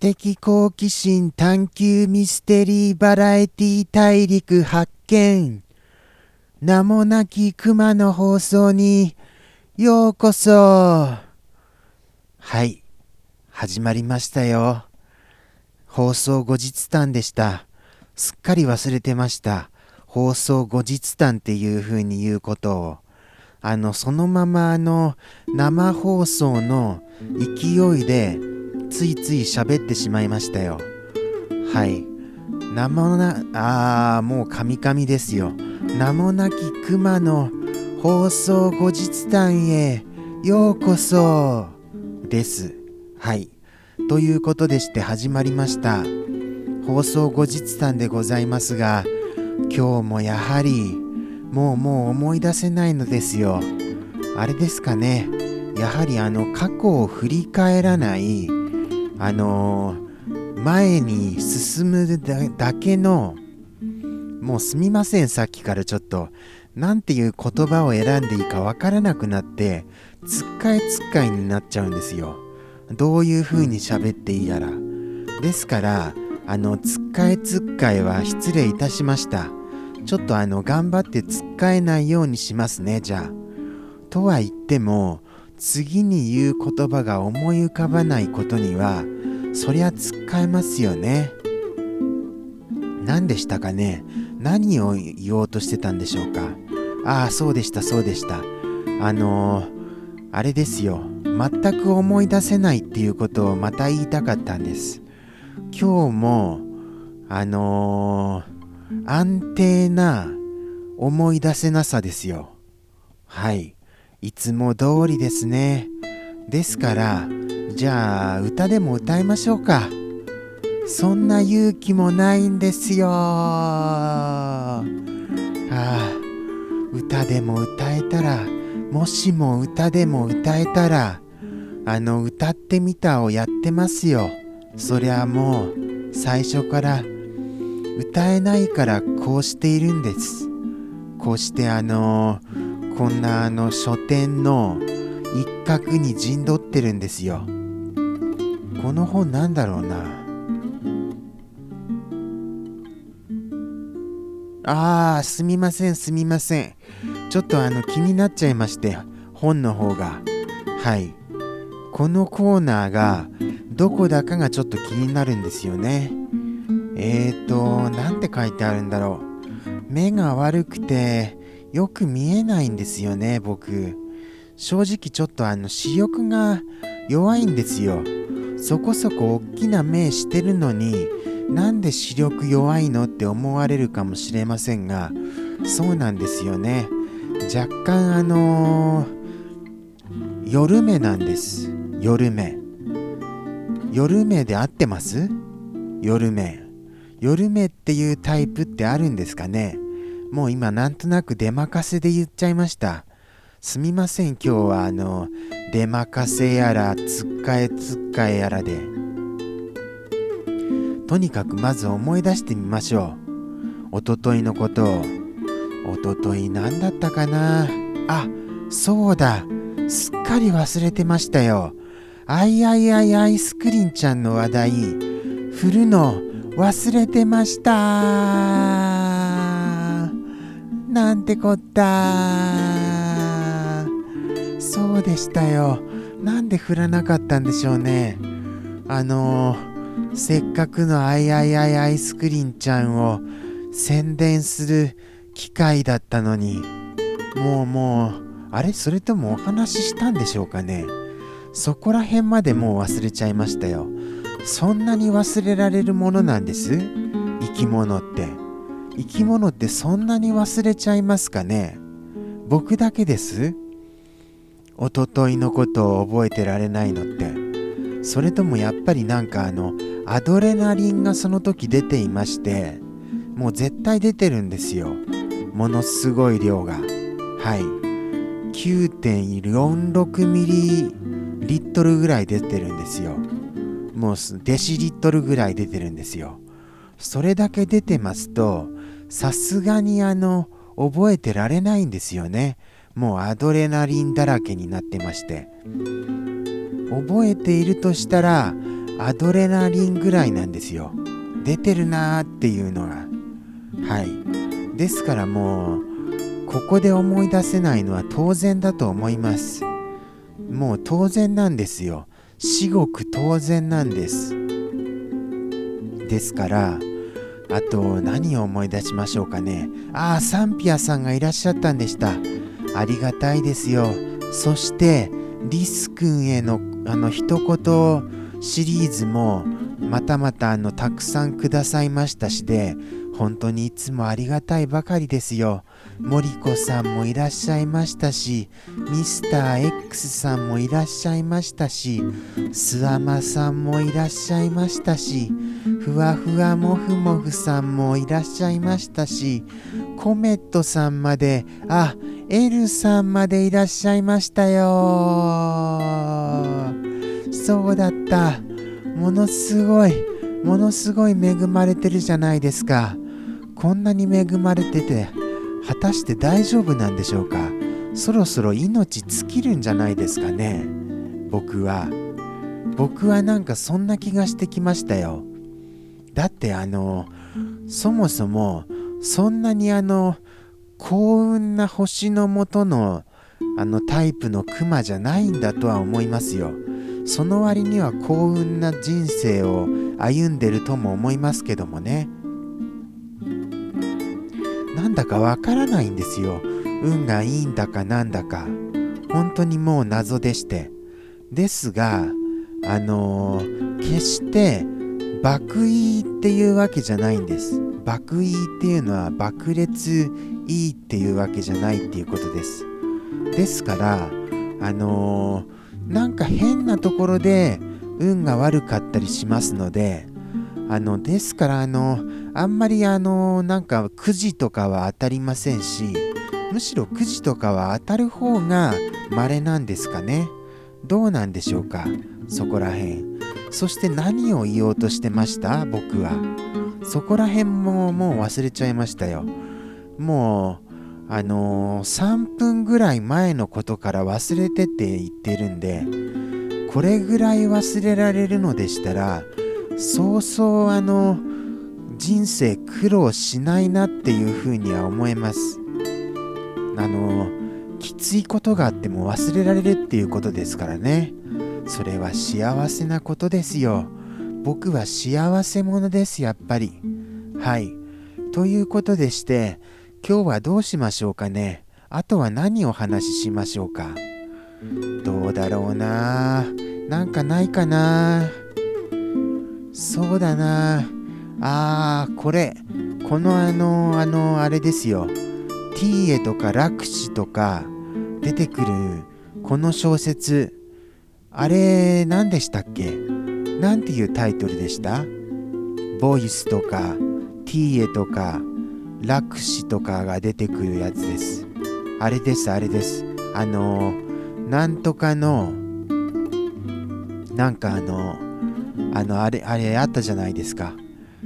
的好奇心探求ミステリーバラエティ大陸発見。名もなき熊の放送にようこそ。はい、始まりましたよ。放送後日談でした。すっかり忘れてました。放送後日談っていう風に言うことを。そのまま生放送の勢いでついつい喋ってしまいましたよ。はい。もうカミカミですよ。名もなき熊の放送後日談へようこそです。はい。ということでして始まりました放送後日談でございますが、今日もやはりもう思い出せないのですよ。あれですかね。やはり過去を振り返らない前に進むだけの、もうすみません、さっきからちょっとなんていう言葉を選んでいいかわからなくなってつっかえになっちゃうんですよ。どういう風に喋っていいやら。ですからつっかえは失礼いたしました。ちょっと頑張ってつっかえないようにしますね。じゃあとは言っても次に言う言葉が思い浮かばないことにはそりゃつっかえますよね。何でしたかね。何を言おうとしてたんでしょうか。そうでした。あれですよ。全く思い出せないっていうことをまた言いたかったんです。今日も安定な思い出せなさですよ。はい。いつも通りですね。ですからじゃあ歌でも歌いましょうか。そんな勇気もないんですよ。歌でも歌えたら、もしも歌でも歌えたら歌ってみたをやってますよ。そりゃもう最初から歌えないからこうしているんです。こうしてこんな書店の一角に陣取ってるんですよ。この本なんだろうな。すみません。ちょっと気になっちゃいまして、本の方が。はい。このコーナーがどこだかがちょっと気になるんですよね。なんて書いてあるんだろう。目が悪くてよく見えないんですよね、僕。正直ちょっと視力が弱いんですよ。そこそこ大きな目してるのになんで視力弱いのって思われるかもしれませんが、そうなんですよね。若干夜目なんです。夜目で合ってます？夜目っていうタイプってあるんですかね。もう今なんとなく出まかせで言っちゃいました。すみません。今日は出まかせやらつっかえやらで、とにかくまず思い出してみましょう。おとといのことを。おととい何だったかな。そうだ、すっかり忘れてましたよ。アイスクリンちゃんの話題振るの忘れてました。なんてこった。そうでしたよ。なんで振らなかったんでしょうね。せっかくのアイスクリンちゃんを宣伝する機会だったのに、もうあれ、それともお話ししたんでしょうかね。そこら辺までもう忘れちゃいましたよ。そんなに忘れられるものなんです？生き物ってそんなに忘れちゃいますかね。僕だけです？おとといのことを覚えてられないのって。それともやっぱりなんかアドレナリンがその時出ていまして、もう絶対出てるんですよ。ものすごい量が。はい。9.46 ミリリットルぐらい出てるんですよ。もうデシリットルぐらい出てるんですよ。それだけ出てますと、さすがに覚えてられないんですよね。もうアドレナリンだらけになってまして。覚えているとしたらアドレナリンぐらいなんですよ。出てるなーっていうのが。はい。ですからもう、ここで思い出せないのは当然だと思います。もう当然なんですよ。至極当然なんです。ですから、あと何を思い出しましょうかね。サンピアさんがいらっしゃったんでした。ありがたいですよ。そしてリス君への一言シリーズもまたたくさんくださいましたしで、本当にいつもありがたいばかりですよ。森子さんもいらっしゃいましたし、ミスター X さんもいらっしゃいましたし、スワマさんもいらっしゃいましたし、ふわふわもふもふさんもいらっしゃいましたし、コメットさんまで、エルさんまでいらっしゃいましたよ。そうだった。ものすごい恵まれてるじゃないですか。こんなに恵まれてて、果たして大丈夫なんでしょうか。そろそろ命尽きるんじゃないですかね。僕はなんかそんな気がしてきましたよ。だってそもそもそんなに幸運な星の元のタイプのクマじゃないんだとは思いますよ。その割には幸運な人生を歩んでるとも思いますけどもね。なんだかわからないんですよ。運がいいんだかなんだか。本当にもう謎でして。ですが、決して爆いっていうわけじゃないんです。爆いっていうのは爆裂いいっていうわけじゃないっていうことです。ですから、なんか変なところで運が悪かったりしますので、ですからあんまりなんかくじとかは当たりませんし、むしろくじとかは当たる方が稀なんですかね。どうなんでしょうか、そこらへん。そして何を言おうとしてました？僕はそこらへんももう忘れちゃいましたよ。もう3分ぐらい前のことから忘れてって言ってるんで、これぐらい忘れられるのでしたら、そうそう人生苦労しないなっていうふうには思えます。きついことがあっても忘れられるっていうことですからね。それは幸せなことですよ。僕は幸せ者です、やっぱり。はい。ということでして、今日はどうしましょうかね。あとは何を話しましょうか。どうだろうな。なんかないかな。そうだな。このあれですよ。ティーエとかラクシとか出てくるこの小説。あれ何でしたっけ？なんていうタイトルでした？ボイスとかティーエとかラクシとかが出てくるやつです。あれです。なんとかのなんかあれあったじゃないですか。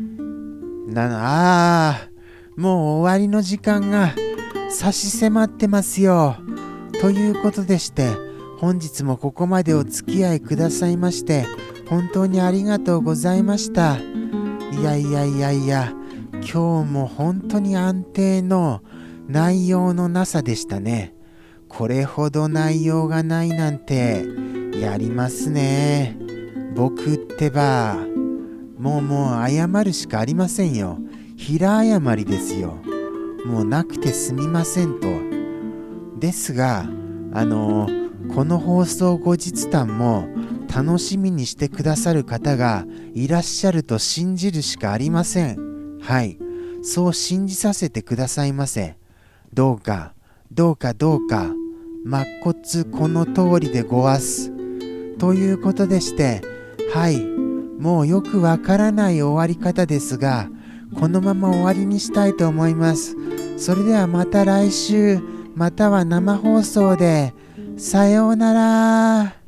もう終わりの時間が差し迫ってますよ。ということでして、本日もここまでお付き合いくださいまして本当にありがとうございました。いや、今日も本当に安定の内容のなさでしたね。これほど内容がないなんてやりますね。僕ってばもう謝るしかありませんよ。平謝りですよ。もうなくてすみませんと。ですがこの放送後日談も楽しみにしてくださる方がいらっしゃると信じるしかありません。はい、そう信じさせてくださいませ。どうかまっこつこの通りでごわす。ということでして、はい、もうよくわからない終わり方ですが、このまま終わりにしたいと思います。それではまた来週、または生放送で、さようなら。